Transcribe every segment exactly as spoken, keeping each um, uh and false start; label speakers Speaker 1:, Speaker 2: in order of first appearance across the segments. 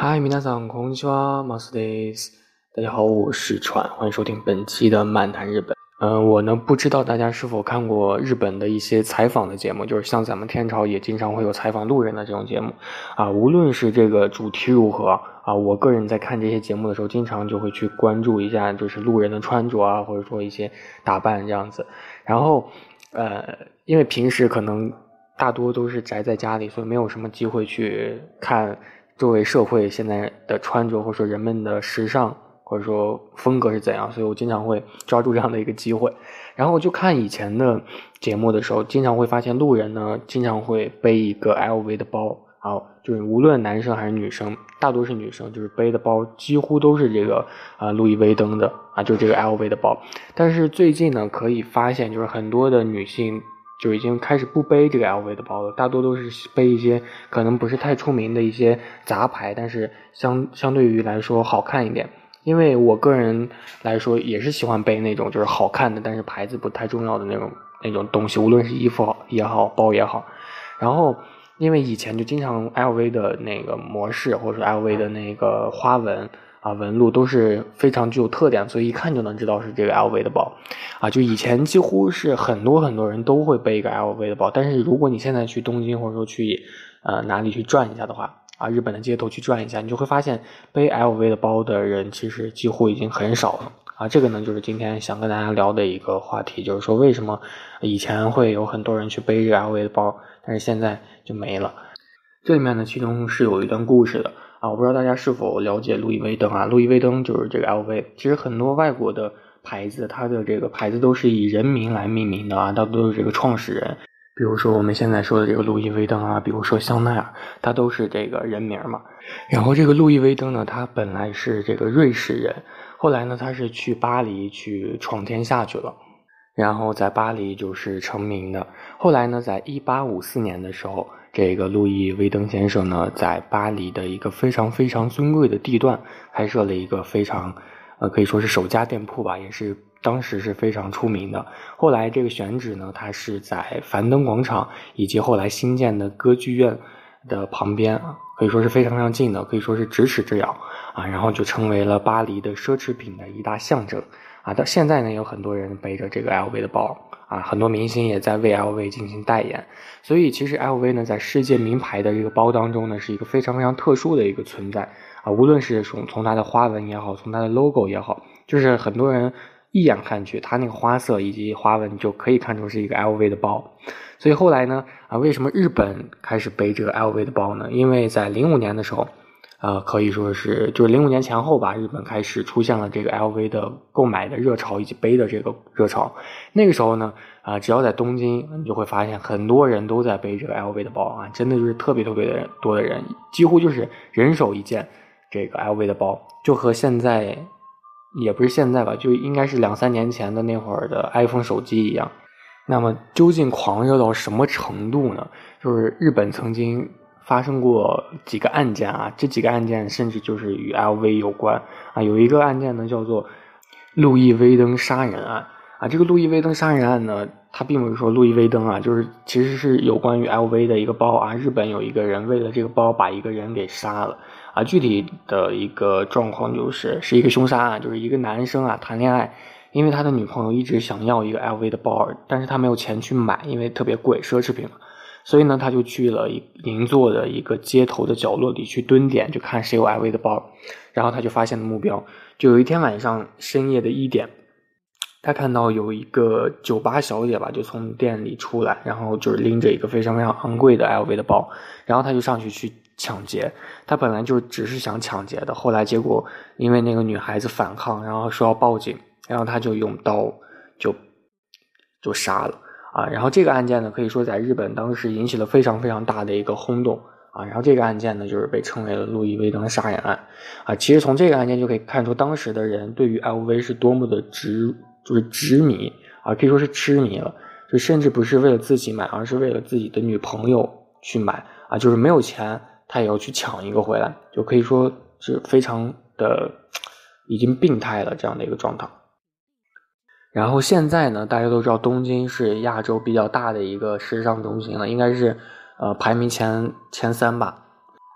Speaker 1: 嗨，皆さんこんにちは、マスです。大家好，我是川，欢迎收听本期的漫谈日本。嗯、呃，我呢不知道大家是否看过日本的一些采访的节目，就是像咱们天朝也经常会有采访路人的这种节目啊。无论是这个主题如何啊，我个人在看这些节目的时候，经常就会去关注一下，就是路人的穿着啊，或者说一些打扮这样子。然后，呃，因为平时可能大多都是宅在家里，所以没有什么机会去看周围社会现在的穿着，或者说人们的时尚或者说风格是怎样，所以我经常会抓住这样的一个机会。然后就看以前的节目的时候，经常会发现路人呢经常会背一个 L V 的包，然后就是无论男生还是女生，大多是女生，就是背的包几乎都是这个啊、呃、路易威登的啊，就是这个 L V 的包。但是最近呢可以发现，就是很多的女性就已经开始不背这个 L V 的包了，大多都是背一些可能不是太出名的一些杂牌，但是相相对于来说好看一点。因为我个人来说也是喜欢背那种就是好看的，但是牌子不太重要的那种那种东西，无论是衣服也好，包也好。然后因为以前就经常 L V 的那个模式，或者说 L V 的那个花纹啊纹路都是非常具有特点，所以一看就能知道是这个 L V 的包啊。就以前几乎是很多很多人都会背一个 L V 的包，但是如果你现在去东京或者说去呃哪里去转一下的话啊，日本的街头去转一下，你就会发现背 L V 的包的人其实几乎已经很少了啊。这个呢就是今天想跟大家聊的一个话题，就是说为什么以前会有很多人去背这个 L V 的包，但是现在就没了。这里面呢其中是有一段故事的啊，我不知道大家是否了解路易威登啊。路易威登就是这个 L V， 其实很多外国的牌子它的这个牌子都是以人名来命名的啊，大多都是这个创始人，比如说我们现在说的这个路易威登啊，比如说香奈儿，它都是这个人名嘛。然后这个路易威登呢，他本来是这个瑞士人，后来呢他是去巴黎去闯天下去了，然后在巴黎就是成名的。后来呢在一八五四年的时候，这个路易威登先生呢在巴黎的一个非常非常尊贵的地段开设了一个非常呃可以说是首家店铺吧，也是当时是非常出名的。后来这个选址呢，它是在凡登广场以及后来新建的歌剧院的旁边啊，可以说是非常非常近的，可以说是咫尺之遥啊。然后就成为了巴黎的奢侈品的一大象征啊。到现在呢，有很多人背着这个 L V 的包啊，很多明星也在为 L V 进行代言。所以其实 L V 呢，在世界名牌的这个包当中呢，是一个非常非常特殊的一个存在啊。无论是从从它的花纹也好，从它的 logo 也好，就是很多人一眼看去，它那个花色以及花纹就可以看出是一个 L V 的包。所以后来呢，啊，为什么日本开始背这个 L V 的包呢？因为在零五年的时候，呃，可以说是就是零五年前后吧，日本开始出现了这个 L V 的购买的热潮以及背的这个热潮。那个时候呢，啊、呃，只要在东京，你就会发现很多人都在背这个 L V 的包啊，真的就是特别特别的多的人，几乎就是人手一件这个 L V 的包，就和现在也不是现在吧，就应该是两三年前的那会儿的 iPhone 手机一样。那么究竟狂热到什么程度呢？就是日本曾经发生过几个案件啊，这几个案件甚至就是与 L V 有关啊。有一个案件呢叫做路易威登杀人案啊。这个路易威登杀人案呢，它并不是说路易威登啊，就是其实是有关于 L V 的一个包啊。日本有一个人为了这个包把一个人给杀了啊。具体的一个状况就是是一个凶杀案，就是一个男生啊谈恋爱，因为他的女朋友一直想要一个 L V 的包，但是他没有钱去买，因为特别贵，奢侈品嘛。所以呢，他就去了银座的一个街头的角落里去蹲点，就看谁有 L V 的包。然后他就发现了目标，就有一天晚上深夜的一点，他看到有一个酒吧小姐吧，就从店里出来，然后就是拎着一个非常非常昂贵的 L V 的包，然后他就上去去抢劫。他本来就只是想抢劫的，后来结果因为那个女孩子反抗，然后说要报警，然后他就用刀就就杀了啊。然后这个案件呢，可以说在日本当时引起了非常非常大的一个轰动啊。然后这个案件呢，就是被称为了路易威登杀人案啊。其实从这个案件就可以看出，当时的人对于 L V 是多么的执，就是执迷啊，可以说是痴迷了，就甚至不是为了自己买，而是为了自己的女朋友去买啊，就是没有钱他也要去抢一个回来，就可以说是非常的已经病态了这样的一个状态。然后现在呢，大家都知道东京是亚洲比较大的一个时尚中心了，应该是呃排名前前三吧。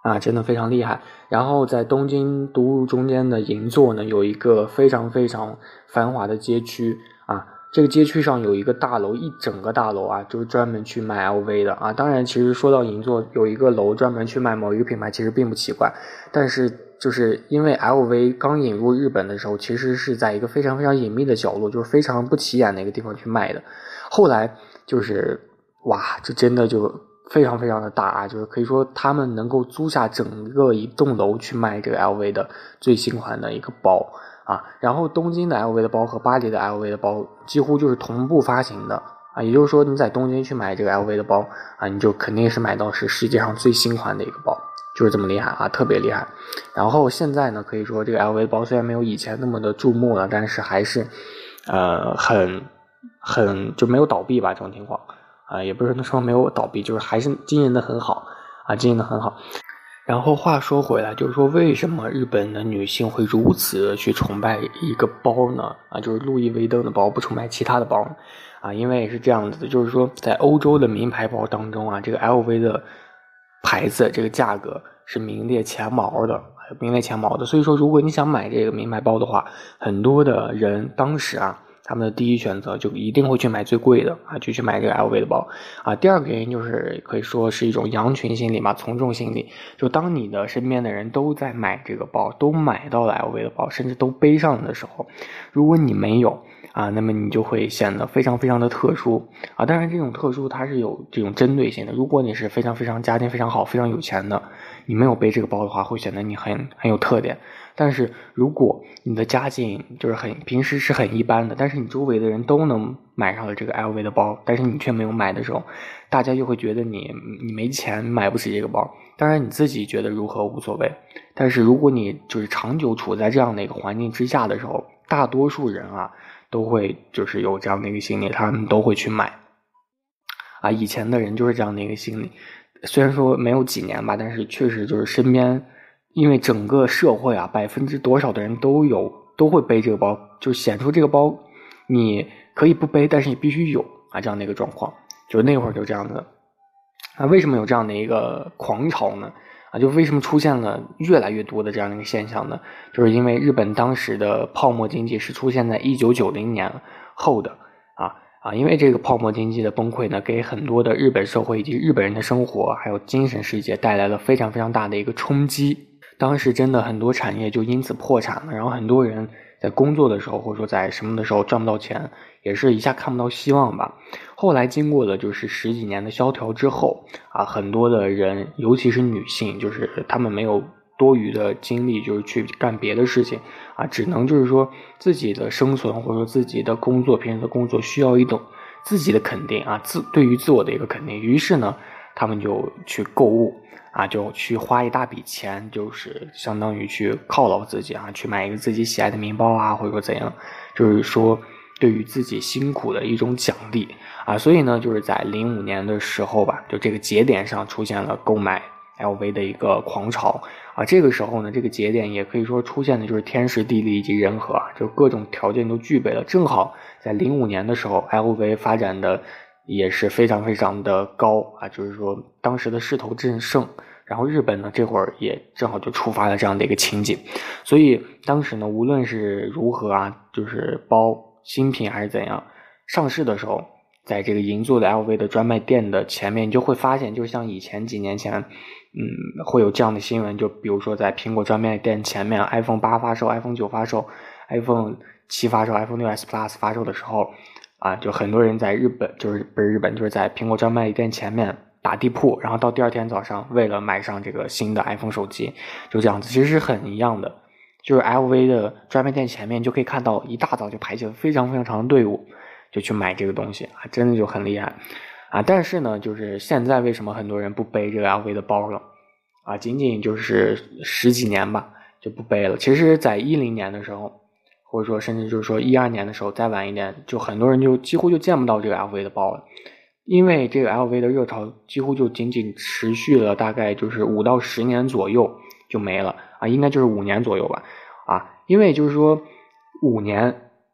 Speaker 1: 啊，真的非常厉害。然后在东京都路中间的银座呢，有一个非常非常繁华的街区啊，这个街区上有一个大楼，一整个大楼啊，就是专门去卖 L V 的啊。当然，其实说到银座有一个楼专门去卖某一个品牌，其实并不奇怪。但是就是因为 L V 刚引入日本的时候，其实是在一个非常非常隐秘的角落，就是非常不起眼的一个地方去卖的。后来就是哇，这真的就非常非常的大啊，就是可以说他们能够租下整个一栋楼去卖这个 L V 的最新款的一个包啊。然后东京的 L V 的包和巴黎的 L V 的包几乎就是同步发行的啊，也就是说你在东京去买这个 L V 的包啊，你就肯定是买到是世界上最新款的一个包，就是这么厉害啊，特别厉害。然后现在呢，可以说这个 L V 的包虽然没有以前那么的注目了，但是还是呃很很就没有倒闭吧，这种情况啊，也不是说没有倒闭，就是还是经营的很好啊，经营的很好。然后话说回来，就是说为什么日本的女性会如此的去崇拜一个包呢？啊，就是路易威登的包，不崇拜其他的包呢？啊，因为是这样子的，就是说在欧洲的名牌包当中啊，这个 L V 的牌子这个价格是名列前茅的，名列前茅的。所以说，如果你想买这个名牌包的话，很多的人当时啊，他们的第一选择就一定会去买最贵的啊，就去买这个 L V 的包啊。第二个原因就是可以说是一种羊群心理嘛，从众心理。就当你的身边的人都在买这个包，都买到了 L V 的包，甚至都背上的时候，如果你没有啊，那么你就会显得非常非常的特殊啊。当然，这种特殊它是有这种针对性的。如果你是非常非常家境非常好、非常有钱的，你没有背这个包的话，会显得你很很有特点。但是如果你的家境就是很平时是很一般的，但是你周围的人都能买上了这个 L V 的包，但是你却没有买的时候，大家就会觉得你你没钱买不起这个包。当然你自己觉得如何无所谓，但是如果你就是长久处在这样的一个环境之下的时候，大多数人啊都会就是有这样的一个心理，他们都会去买啊。以前的人就是这样的一个心理，虽然说没有几年吧，但是确实就是身边，因为整个社会啊，百分之多少的人都有都会背这个包，就显出这个包你可以不背，但是你必须有啊，这样的一个状况。就那会儿就这样的啊。为什么有这样的一个狂潮呢？啊，就为什么出现了越来越多的这样的一个现象呢？就是因为日本当时的泡沫经济是出现在一九九零年后的啊啊，因为这个泡沫经济的崩溃呢，给很多的日本社会以及日本人的生活还有精神世界带来了非常非常大的一个冲击。当时真的很多产业就因此破产了，然后很多人在工作的时候或者说在什么的时候赚不到钱，也是一下看不到希望吧。后来经过了就是十几年的萧条之后啊，很多的人尤其是女性，就是他们没有多余的精力就是去干别的事情啊，只能就是说自己的生存或者说自己的工作平时的工作需要一种自己的肯定啊，自对于自我的一个肯定。于是呢他们就去购物啊，就去花一大笔钱，就是相当于去犒劳自己啊，去买一个自己喜爱的名包啊，或者说怎样，就是说对于自己辛苦的一种奖励啊。所以呢，就是在零五年的时候吧，就这个节点上出现了购买 L V 的一个狂潮啊。这个时候呢，这个节点也可以说出现的就是天时地利以及人和啊，就各种条件都具备了。正好在零五年的时候 ，L V 发展的也是非常非常的高啊，就是说当时的势头正盛，然后日本呢这会儿也正好就触发了这样的一个情景，所以当时呢无论是如何啊，就是包新品还是怎样上市的时候，在这个银座的 L V 的专卖店的前面，你就会发现就像以前几年前嗯，会有这样的新闻，就比如说在苹果专卖店前面 iPhone 八发售 iPhone 九发售 iPhone 七发售 iPhone 六 S Plus 发售的时候啊，就很多人在日本就是不是日本就是在苹果专卖店前面打地铺，然后到第二天早上为了买上这个新的 iPhone 手机，就这样子，其实是很一样的。就是 L V 的专卖店前面就可以看到一大早就排起了非常非常长的队伍，就去买这个东西啊，真的就很厉害啊。但是呢，就是现在为什么很多人不背这个 L V 的包了啊？仅仅就是十几年吧就不背了。其实在一零年的时候，或者说甚至就是说一二年的时候再晚一点，就很多人就几乎就见不到这个 L V 的包了。因为这个 L V 的热潮几乎就仅仅持续了大概就是五到十年左右就没了啊，应该就是五年左右吧啊，因为就是说五年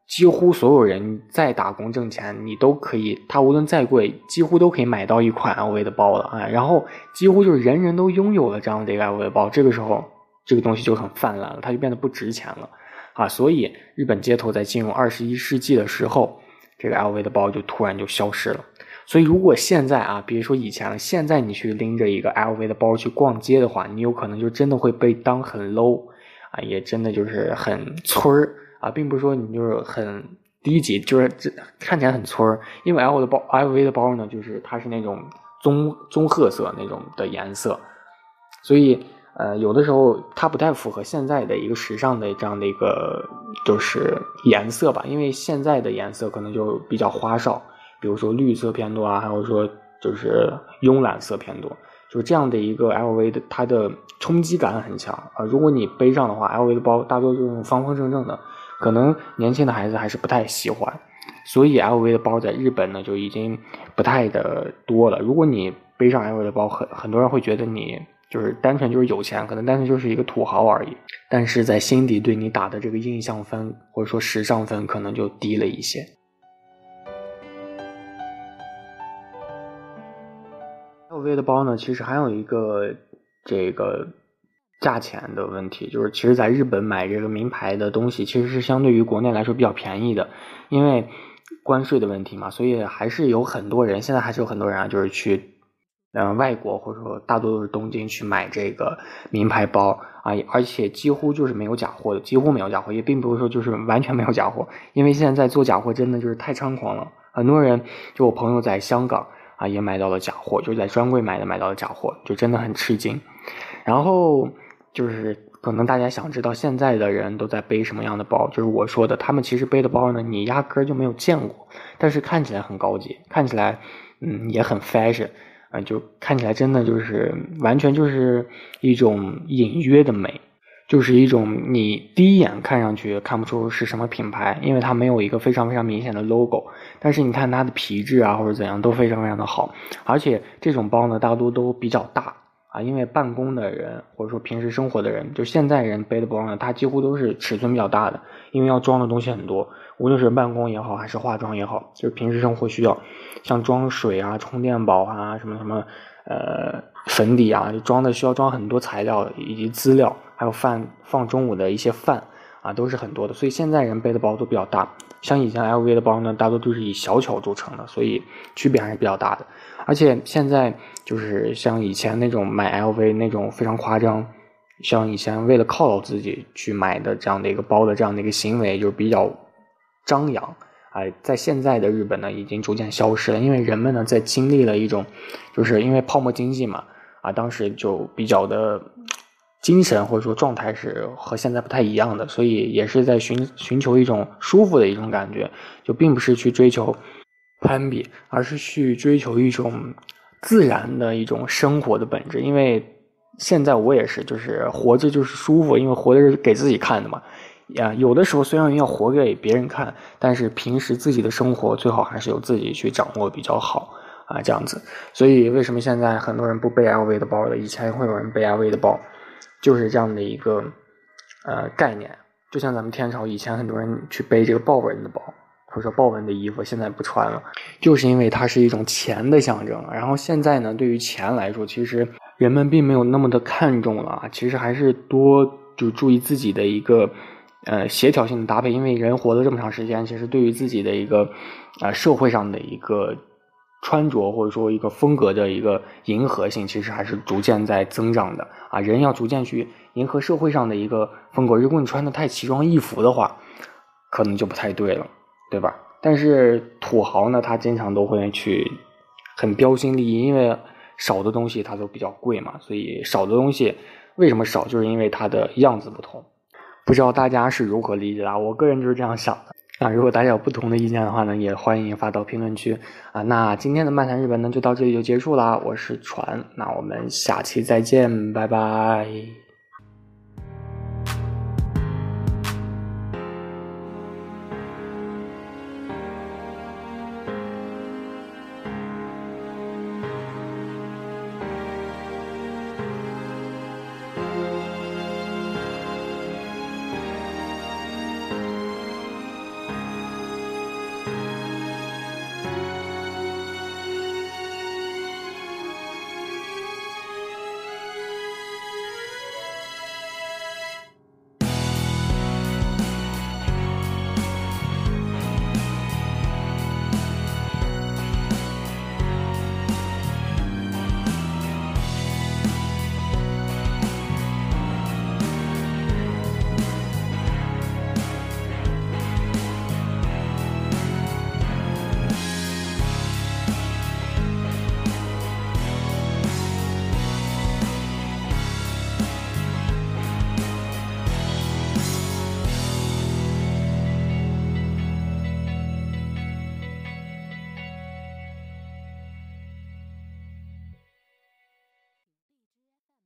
Speaker 1: 几乎所有人在打工挣钱，你都可以，它无论再贵，几乎都可以买到一款 L V 的包了啊。然后几乎就是人人都拥有了这样的一个 L V 的包，这个时候这个东西就很泛滥了，它就变得不值钱了啊。所以日本街头在进入二十一世纪的时候，这个 L V 的包就突然就消失了。所以如果现在啊，别说以前了，现在你去拎着一个 L V 的包去逛街的话，你有可能就真的会被当很 low 啊，也真的就是很村儿啊，并不是说你就是很低级，就是看起来很村儿。因为 L V 的包 L V 的包呢，就是它是那种棕棕褐色那种的颜色，所以呃有的时候它不太符合现在的一个时尚的这样的一个就是颜色吧，因为现在的颜色可能就比较花哨。比如说绿色偏多啊，还有说就是慵懒色偏多，就是这样的一个 L V 的，它的冲击感很强啊。如果你背上的话 ，L V 的包大多就是方方正正的，可能年轻的孩子还是不太喜欢，所以 L V 的包在日本呢就已经不太的多了。如果你背上 L V 的包，很很多人会觉得你就是单纯就是有钱，可能单纯就是一个土豪而已，但是在心底对你打的这个印象分或者说时尚分可能就低了一些。L V 的包呢，其实还有一个这个价钱的问题，就是其实在日本买这个名牌的东西其实是相对于国内来说比较便宜的，因为关税的问题嘛，所以还是有很多人，现在还是有很多人啊，就是去嗯、呃、外国或者说大多都是东京去买这个名牌包啊，而且几乎就是没有假货的，几乎没有假货，也并不是说就是完全没有假货，因为现在做假货真的就是太猖狂了，很多人就我朋友在香港啊，也买到了假货，就是在专柜买的买到了假货，就真的很吃惊。然后就是可能大家想知道现在的人都在背什么样的包，就是我说的，他们其实背的包呢，你压根儿就没有见过，但是看起来很高级，看起来嗯也很 fashion 啊、呃，就看起来真的就是完全就是一种隐约的美。就是一种你第一眼看上去看不出是什么品牌，因为它没有一个非常非常明显的 logo， 但是你看它的皮质啊或者怎样都非常非常的好，而且这种包呢大多都比较大啊，因为办公的人或者说平时生活的人，就现在人背的包呢，它几乎都是尺寸比较大的，因为要装的东西很多，无论是办公也好还是化妆也好，就是平时生活需要，像装水啊、充电宝啊、什么什么呃粉底啊，装的需要装很多材料以及资料，还有饭放中午的一些饭啊，都是很多的，所以现在人背的包都比较大。像以前 L V 的包呢，大多都是以小巧著称的，所以区别还是比较大的。而且现在就是像以前那种买 L V 那种非常夸张，像以前为了犒劳自己去买的这样的一个包的这样的一个行为，就是比较张扬啊、呃，在现在的日本呢，已经逐渐消失了，因为人们呢在经历了一种，就是因为泡沫经济嘛，啊，当时就比较的精神或者说状态是和现在不太一样的，所以也是在寻寻求一种舒服的一种感觉，就并不是去追求攀比，而是去追求一种自然的一种生活的本质。因为现在我也是，就是活着就是舒服，因为活着是给自己看的嘛。呀，有的时候虽然要活给别人看，但是平时自己的生活最好还是由自己去掌握比较好啊，这样子。所以为什么现在很多人不背 L V 的包了？以前会有人背 L V 的包，就是这样的一个呃概念。就像咱们天朝以前很多人去背这个豹纹的包，或者说豹纹的衣服，现在不穿了，就是因为它是一种钱的象征。然后现在呢，对于钱来说，其实人们并没有那么的看重了，其实还是多就注意自己的一个呃协调性的搭配，因为人活了这么长时间，其实对于自己的一个呃社会上的一个穿着或者说一个风格的一个迎合性，其实还是逐渐在增长的啊。人要逐渐去迎合社会上的一个风格，如果你穿的太奇装异服的话，可能就不太对了，对吧？但是土豪呢，他经常都会去很标新立异，因为少的东西它都比较贵嘛，所以少的东西为什么少，就是因为它的样子不同。不知道大家是如何理解的，我个人就是这样想的啊。如果大家有不同的意见的话呢，也欢迎发到评论区啊。那今天的漫谈日本呢，就到这里就结束啦。我是船，那我们下期再见，拜拜。